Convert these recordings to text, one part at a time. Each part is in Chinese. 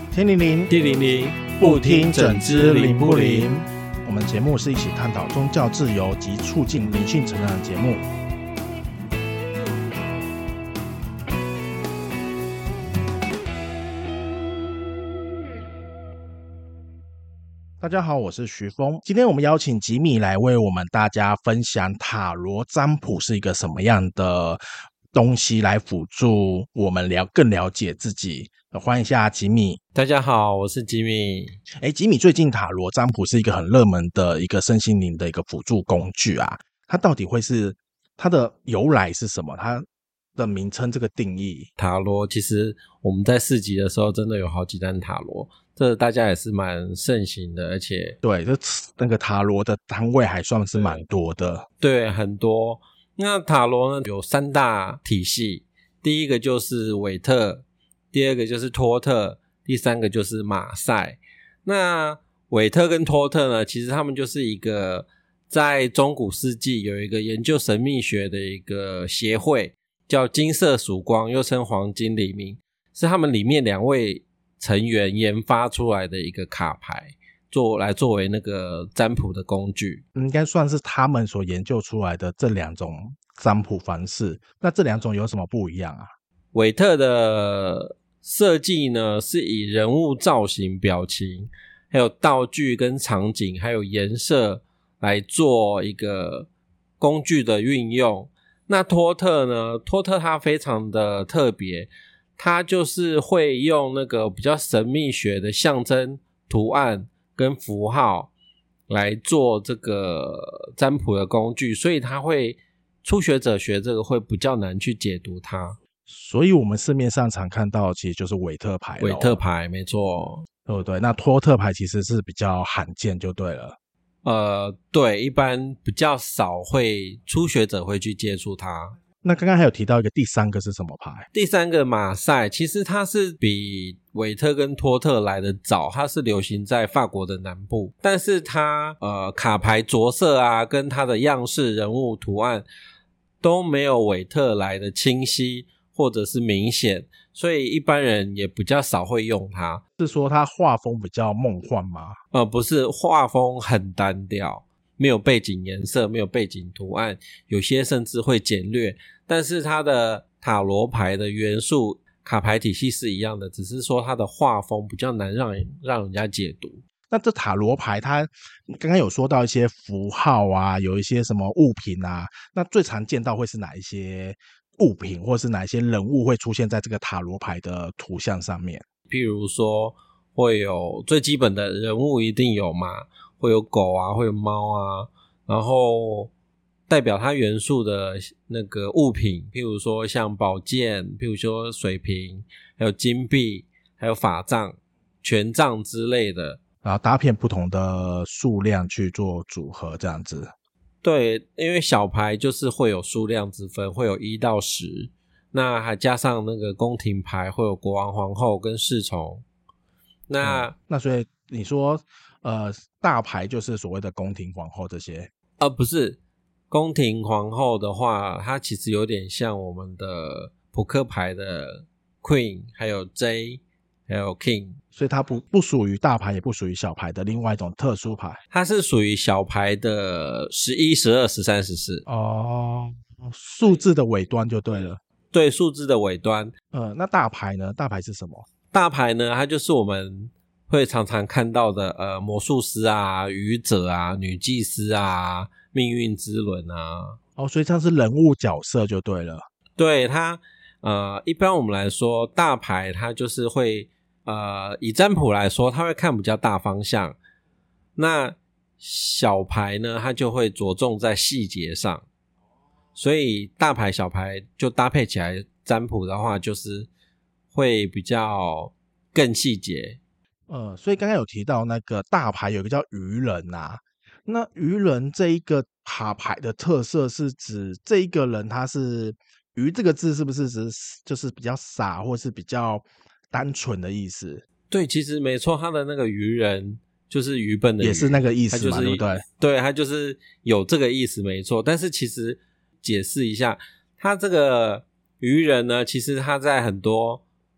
天灵灵， 地灵灵， 不听整知灵不灵？我们节目是一起探讨宗教自由及促进灵性成长的节目。大家好，我是徐峰。今天我们邀请吉米来为我们大家分享塔罗占卜是一个什么样的东西，来辅助我们更了解自己。欢迎一下吉米。 大家好，我是吉米。 吉米，最近塔罗占卜是一个很热门的一个身心灵的一个辅助工具啊，它到底会是它的由来是什么？它的名称这个定义？ 塔罗其实我们在市集的时候真的有好几单塔罗，这大家也是蛮盛行的，而且对，那个塔罗的单位还算是蛮多的。 对，很多。那塔罗呢有三大体系，第一个就是韦特，第二个就是托特，第三个就是马赛。那韦特跟托特呢，其实他们就是一个在中古世纪有一个研究神秘学的一个协会，叫金色曙光，又称黄金黎明，是他们里面两位成员研发出来的一个卡牌，作为那个占卜的工具。 应该算是他们所研究出来的这两种占卜方式。那这两种有什么不一样啊？ 韦特的设计呢，是以人物造型、表情，还有道具跟场景，还有颜色来做一个工具的运用。那托特呢，托特它非常的特别，它就是会用那个比较神秘学的象征图案跟符号来做这个占卜的工具，所以它会初学者学这个会比较难去解读它。 所以我们市面上常看到的其实就是韦特牌咯。 韦特牌没错， 对不对？那托特牌其实是比较罕见就对了。 对，一般比较少初学者会去接触它。 那刚刚还有提到一个第三个是什么牌？ 第三个马赛，其实它是比韦特跟托特来的早，它是流行在法国的南部，但是它卡牌着色啊，跟它的样式、人物图案都没有韦特来的清晰或者是明显，所以一般人也比较少会用它。 是说它画风比较梦幻吗？ 不是，画风很单调，没有背景颜色，没有背景图案，有些甚至会简略，但是它的塔罗牌的元素卡牌体系是一样的，只是说它的画风比较难让人家解读。 那这塔罗牌它刚刚有说到一些符号啊，有一些什么物品啊，那最常见到会是哪一些物品，或是哪一些人物会出现在这个塔罗牌的图像上面？ 譬如说会有最基本的人物一定有嘛，会有狗啊，会有猫啊，然后代表它元素的那个物品，譬如说像宝剑，譬如说水瓶，还有金币，还有法杖、权杖之类的， 然后搭配不同的数量去做组合这样子。 对，因为小牌就是会有数量之分，会有1到10，那还加上那个宫廷牌会有国王、皇后跟侍从。那所以你说大牌就是所谓的宫廷皇后这些？ 不是，宫廷皇后的话，它其实有点像我们的扑克牌的 Queen， 还有 J， 还有 King， 所以它不属于大牌，也不属于小牌的另外一种特殊牌。 它是属于小牌的11、12、13、14。 哦，数字的尾端就对了。 对，数字的尾端。 那大牌呢？大牌是什么？ 大牌呢，它就是我们会常常看到的魔术师啊、愚者啊、女祭司啊、命运之轮啊。 所以它是人物角色就对了。 对，它一般我们来说，大牌它就是会以占卜来说，它会看比较大方向。那小牌呢，它就会着重在细节上。所以大牌小牌就搭配起来占卜的话，就是会比较更细节。 所以刚刚有提到那个大牌有一个叫愚人啊，那愚人这一个卡牌的特色是指这一个人他是愚这个字是不是就是比较傻或是比较单纯的意思？ 对，其实没错，他的那个愚人就是愚笨的愚， 也是那个意思嘛，对不对？ 对，他就是有这个意思没错。但是其实解释一下，他这个愚人呢，其实他在很多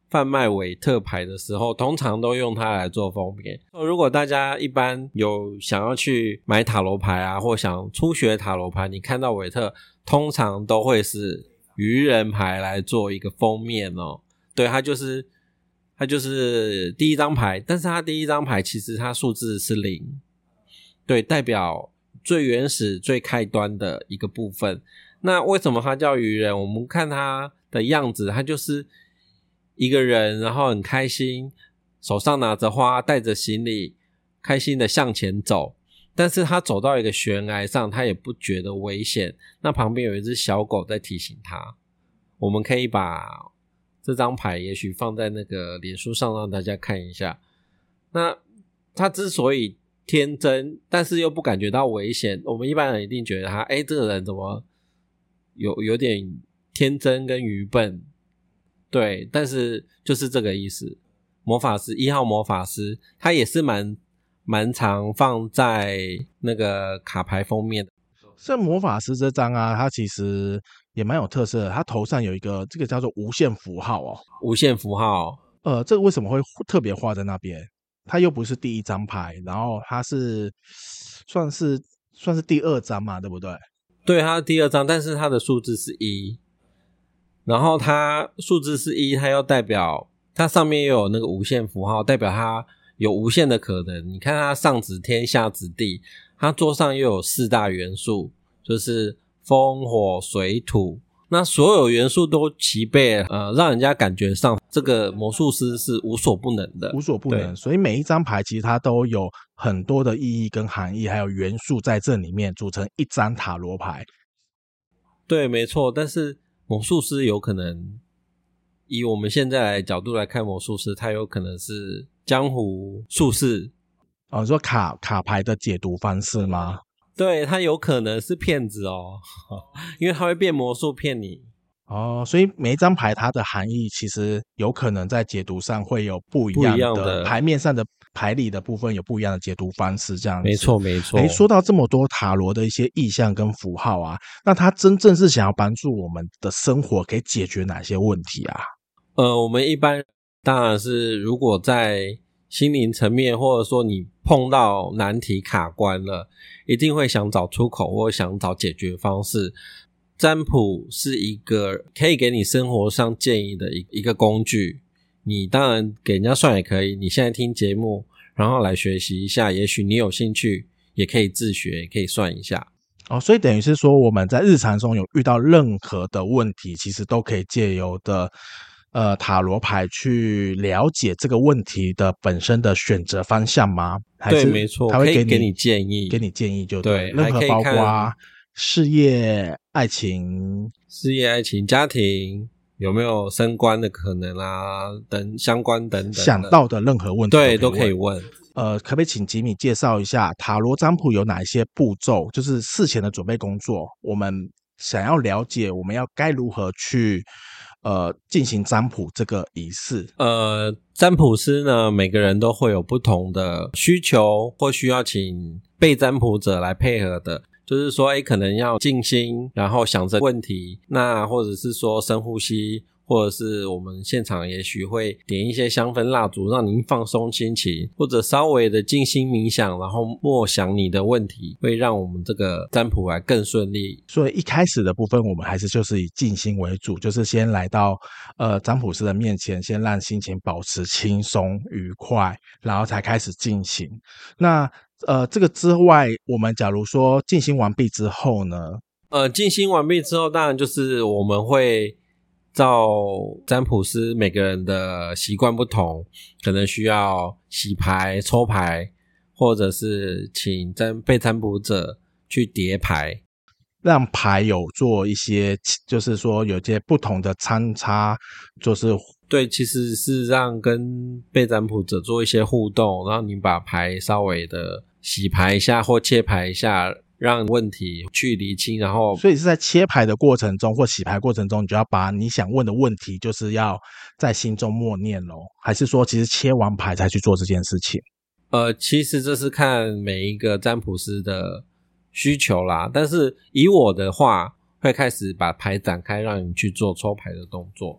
贩卖韦特牌的时候，通常都用它来做封面。如果大家一般有想要去买塔罗牌啊，或想初学塔罗牌，你看到韦特通常都会是愚人牌来做一个封面哦。对，它就是第一张牌，但是它第一张牌其实它数字是0，对，代表最原始最开端的一个部分。那为什么它叫愚人？我们看它的样子，它就是一个人，然后很开心，手上拿着花，带着行李，开心的向前走。但是他走到一个悬崖上，他也不觉得危险。那旁边有一只小狗在提醒他。我们可以把这张牌也许放在那个脸书上让大家看一下。那他之所以天真，但是又不感觉到危险，我们一般人一定觉得他这个人怎么有点天真跟愚笨。对，但是就是这个意思。魔法师1号魔法师他也是蛮常放在那个卡牌封面的。 这魔法师这张啊，它其实也蛮有特色的，它头上有一个这个叫做无限符号哦。 无限符号这个为什么会特别画在那边？它又不是第一张牌，然后它是算是第2张嘛，对不对？ 对，它是第2张，但是它的数字是1，然后它数字是1，它又代表它上面又有那个无限符号，代表它有无限的可能。你看它上指天下指地，它桌上又有4大元素，就是风火水土，那所有元素都齐备，让人家感觉上这个魔术师是无所不能的， 无所不能。所以每一张牌其实它都有很多的意义跟含义，还有元素在这里面组成一张塔罗牌。 对，没错。但是魔术师有可能，以我们现在的角度来看，魔术师他有可能是江湖术士。 你说卡牌的解读方式吗？ 对，他有可能是骗子哦，因为他会变魔术骗你。 所以每一张牌它的含义其实有可能在解读上会有不一样的，牌面上的牌理的部分有不一样的解读方式，这样子。 没错没错。 说到这么多塔罗的一些意象跟符号啊，那它真正是想要帮助我们的生活可以解决哪些问题啊？ 我们一般当然是如果在心灵层面，或者说你碰到难题卡关了，一定会想找出口或想找解决方式。占卜是一个可以给你生活上建议的一个工具，你当然给人家算也可以，你现在听节目然后来学习一下，也许你有兴趣也可以自学，也可以算一下。 所以等于是说我们在日常中有遇到任何的问题，其实都可以借由的塔罗牌去了解这个问题的本身的选择方向吗？还是对，没错， 他会给你建议， 就对， 任何包括事业、爱情、 家庭有没有升官的可能啊，等相关等等的想到的任何问题对都可以问。 可不可以请吉米介绍一下塔罗占卜有哪一些步骤，就是事前的准备工作，我们想要了解我们该如何去进行占卜这个仪式？ 占卜师呢，每个人都会有不同的需求，或需要请被占卜者来配合的。就是说可能要静心，然后想着问题，那或者是说深呼吸，或者是我们现场也许会点一些香氛蜡烛让您放松心情，或者稍微的静心冥想，然后默想你的问题，会让我们这个占卜来更顺利。 所以一开始的部分我们还是就是以静心为主，就是先来到占卜师的面前，先让心情保持轻松愉快，然后才开始进行。那这个之外，我们假如说静心完毕之后呢？ 静心完毕之后，当然就是我们会照占卜师每个人的习惯不同，可能需要洗牌、抽牌，或者是请被占卜者去叠牌， 让牌有做一些，就是说有些不同的参差，就是对，其实是让跟被占卜者做一些互动，然后你把牌稍微的洗牌一下或切牌一下，让问题去厘清，然后所以是在切牌的过程中或洗牌过程中，你就要把你想问的问题就是要在心中默念咯，还是说其实切完牌才去做这件事情？ 其实这是看每一个占卜师的需求啦，但是以我的话会开始把牌展开，让你去做抽牌的动作。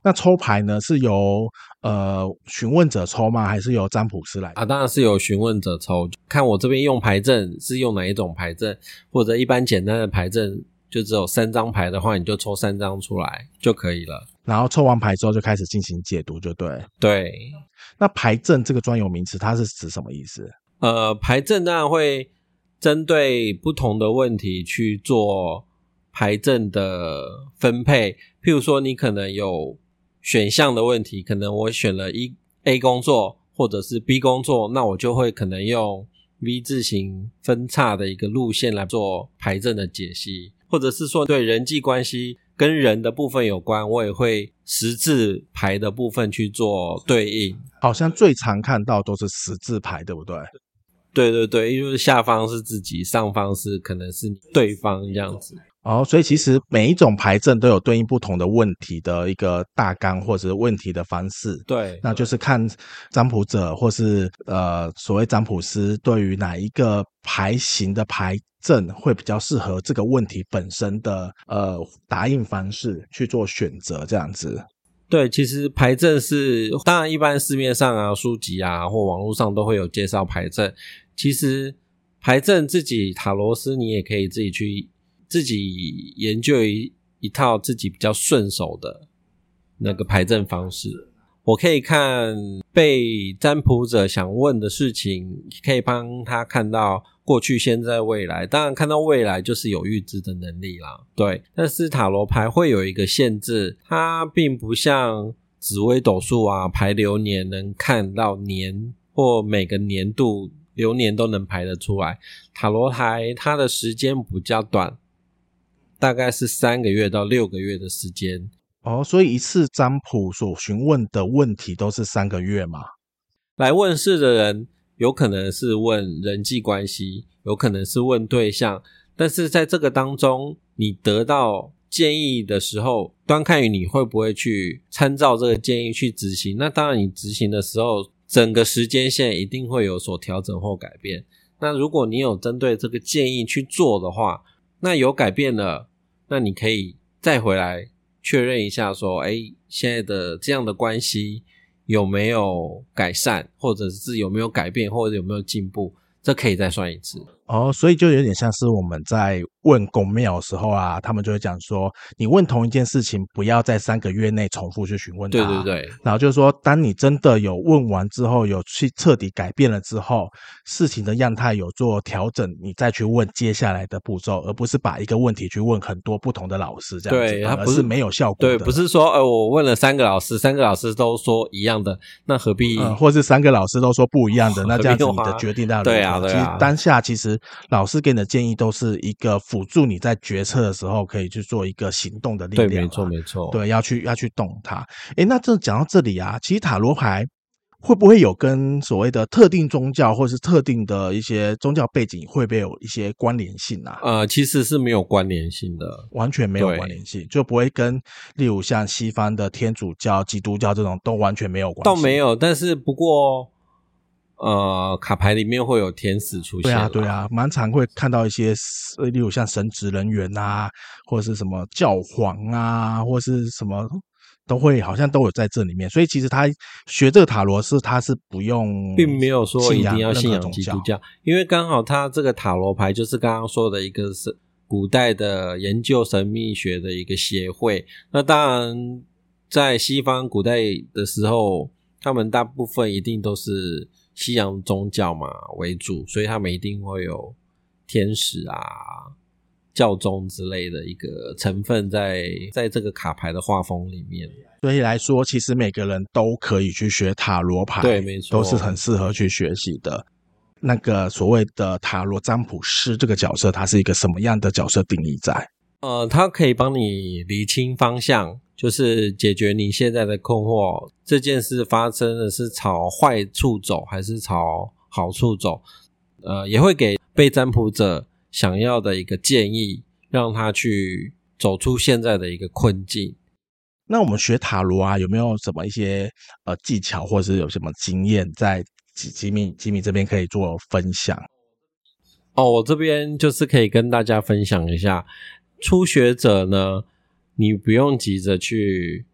那抽牌呢是由询问者抽吗？还是由占卜师来啊？当然是由询问者抽，看我这边用牌阵是用哪一种牌阵，或者一般简单的牌阵就只有3张牌的话，你就抽3张出来就可以了。 然后抽完牌之后就开始进行解读，就对。 对， 那牌阵这个专有名词它是指什么意思？ 牌阵当然会针对不同的问题去做牌阵的分配，譬如说你可能有选项的问题，可能我选了A 工作或者是 B 工作，那我就会可能用 V 字形分叉的一个路线来做牌阵的解析，或者是说对人际关系跟人的部分有关，我也会十字牌的部分去做对应。 好像最常看到都是十字牌，对不对？ 对对对，因为下方是自己，上方是可能是对方这样子。 所以其实每一种牌阵都有对应不同的问题的一个大纲或者是问题的方式。 对， 那就是看占卜者或是所谓占卜师对于哪一个牌型的牌阵会比较适合这个问题本身的答应方式去做选择这样子。 对，其实牌阵是当然一般市面上啊书籍啊或网络上都会有介绍牌阵，其实牌阵自己塔罗师你也可以自己研究一套自己比较顺手的那个牌阵方式。我可以看被占卜者想问的事情，可以帮他看到过去现在未来，当然看到未来就是有预知的能力啦，对。但是塔罗牌会有一个限制，它并不像紫微斗数啊排流年能看到年或每个年度流年都能排得出来，塔罗牌它的时间比较短，大概是3个月到6个月的时间。 所以一次占卜所询问的问题都是3个月嘛？ 来问事的人有可能是问人际关系，有可能是问对象，但是在这个当中你得到建议的时候，端看于你会不会去参照这个建议去执行。那当然你执行的时候整个时间线一定会有所调整或改变，那如果你有针对这个建议去做的话，那有改变了，那你可以再回来确认一下说现在的这样的关系有没有改善，或者是有没有改变，或者有没有进步，这可以再算一次。 所以就有点像是我们在问公庙的时候啊，他们就会讲说，你问同一件事情不要在3个月内重复去询问他。 对对对， 然后就是说当你真的有问完之后，有去彻底改变了之后，事情的样态有做调整，你再去问接下来的步骤，而不是把一个问题去问很多不同的老师这样子。 对，它而是没有效果的。 对，不是说我问了3个老师，3个老师都说一样的，那何必或是3个老师都说不一样的，那这样子你的决定要如何？ 对啊， 其实当下其实老师给你的建议都是一个辅助你在决策的时候可以去做一个行动的力量。 对，没错没错。 对，要去动它。那这讲到这里啊，其实塔罗牌会不会有跟所谓的特定宗教或是特定的一些宗教背景会不会有一些关联性啊？ 其实是没有关联性的， 完全没有关联性，就不会跟例如像西方的天主教、基督教这种都完全没有关系。 倒没有，但是不过卡牌里面会有天使出现。 对啊，蛮常会看到一些例如像神职人员啊，或者是什么教皇啊，或是什么都会好像都有在这里面。所以其实他学这个塔罗他是不用， 并没有说一定要信仰基督教， 因为刚好他这个塔罗牌就是刚刚说的一个是古代的研究神秘学的一个协会。那当然在西方古代的时候，他们大部分一定都是西洋宗教嘛为主，所以他们一定会有天使啊、教宗之类的一个成分在这个卡牌的画风里面。 所以来说，其实每个人都可以去学塔罗牌， 对，没错， 都是很适合去学习的。那个所谓的塔罗占卜师这个角色，他是一个什么样的角色定义在？ 他可以帮你厘清方向，就是解决你现在的困惑，这件事发生的是朝坏处走还是朝好处走，也会给被占卜者想要的一个建议，让他去走出现在的一个困境。 那我们学塔罗啊，有没有什么一些技巧，或是有什么经验在吉米这边可以做分享？ 我这边就是可以跟大家分享一下，初学者呢，你不用急着去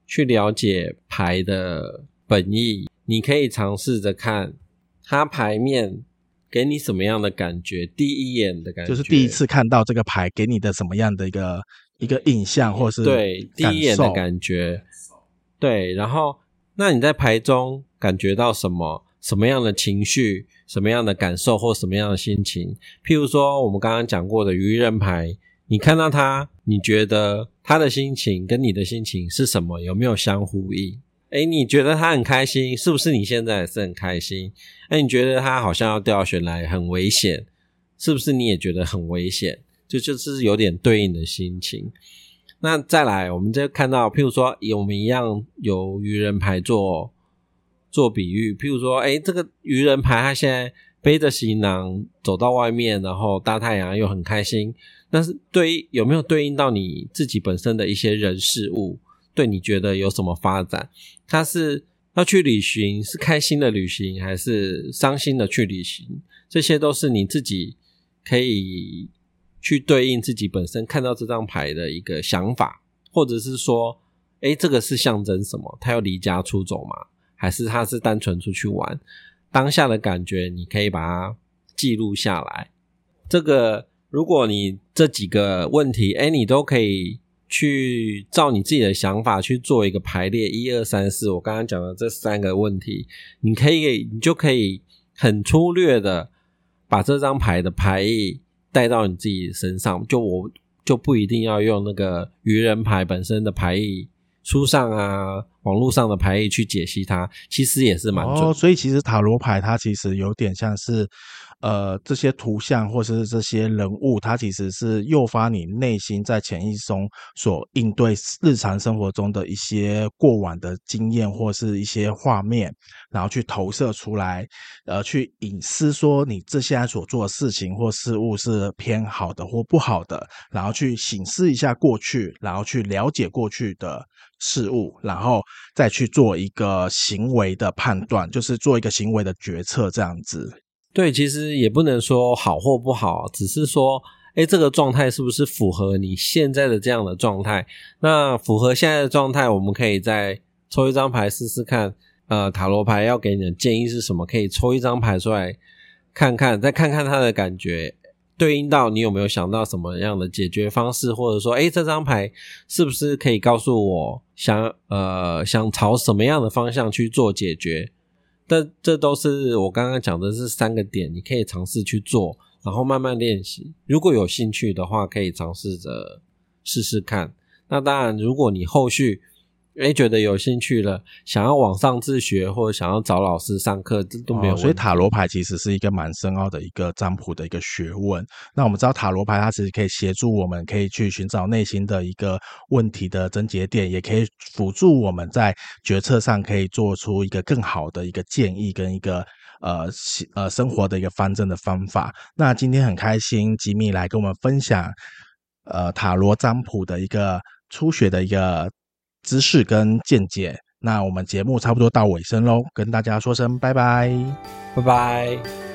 去了解牌的本意，你可以尝试着看它牌面给你什么样的感觉，第一眼的感觉， 就是第一次看到这个牌给你的什么样的一个印象或是对第一眼的感觉，对，然后那你在牌中感觉到什么样的情绪，什么样的感受或什么样的心情。譬如说我们刚刚讲过的愚人牌，你看到他，你觉得他的心情跟你的心情是什么，有没有相呼应？你觉得他很开心，是不是你现在也是很开心？你觉得他好像要掉下来很危险，是不是你也觉得很危险？就是有点对应的心情。那再来我们就看到譬如说我们一样有愚人牌做比喻，譬如说这个愚人牌他现在背着行囊走到外面，然后大太阳又很开心，但是有没有对应到你自己本身的一些人事物，对你觉得有什么发展？他是要去旅行，是开心的旅行还是伤心的去旅行？这些都是你自己可以去对应自己本身看到这张牌的一个想法，或者是说这个是象征什么？他要离家出走吗？还是他是单纯出去玩？当下的感觉你可以把它记录下来。这个如果你这几个问题你都可以去照你自己的想法去做一个排列1 2 3 4，我刚刚讲的这3个问题，你就可以很粗略的把这张牌的牌意带到你自己身上，我就不一定要用那个愚人牌本身的牌意，书上啊网络上的牌意去解析它，其实也是蛮准的。 所以其实塔罗牌它其实有点像是这些图像或是这些人物，它其实是诱发你内心在潜意识中所应对日常生活中的一些过往的经验或是一些画面，然后去投射出来，去引思说你现在所做的事情或事物是偏好的或不好的，然后去省思一下过去，然后去了解过去的事物，然后再去做一个行为的判断，就是做一个行为的决策这样子。 对，其实也不能说好或不好，只是说这个状态是不是符合你现在的这样的状态。那符合现在的状态，我们可以再抽一张牌试试看，塔罗牌要给你的建议是什么，可以抽一张牌出来看看，再看看它的感觉对应到你有没有想到什么样的解决方式，或者说这张牌是不是可以告诉我想朝什么样的方向去做解决。但这都是我刚刚讲的是3个点，你可以尝试去做，然后慢慢练习。如果有兴趣的话，可以尝试着试试看。那当然如果你后续觉得有兴趣了，想要往上自学或者想要找老师上课，这都没有问题。 所以塔罗牌其实是一个蛮深奥的一个占卜的一个学问。那我们知道塔罗牌它其实可以协助我们可以去寻找内心的一个问题的症结点，也可以辅助我们在决策上可以做出一个更好的一个建议跟一个生活的一个方针的方法。那今天很开心吉米来跟我们分享塔罗占卜的一个初学的一个知识跟见解。那我们节目差不多到尾声咯，跟大家说声拜拜。 拜拜。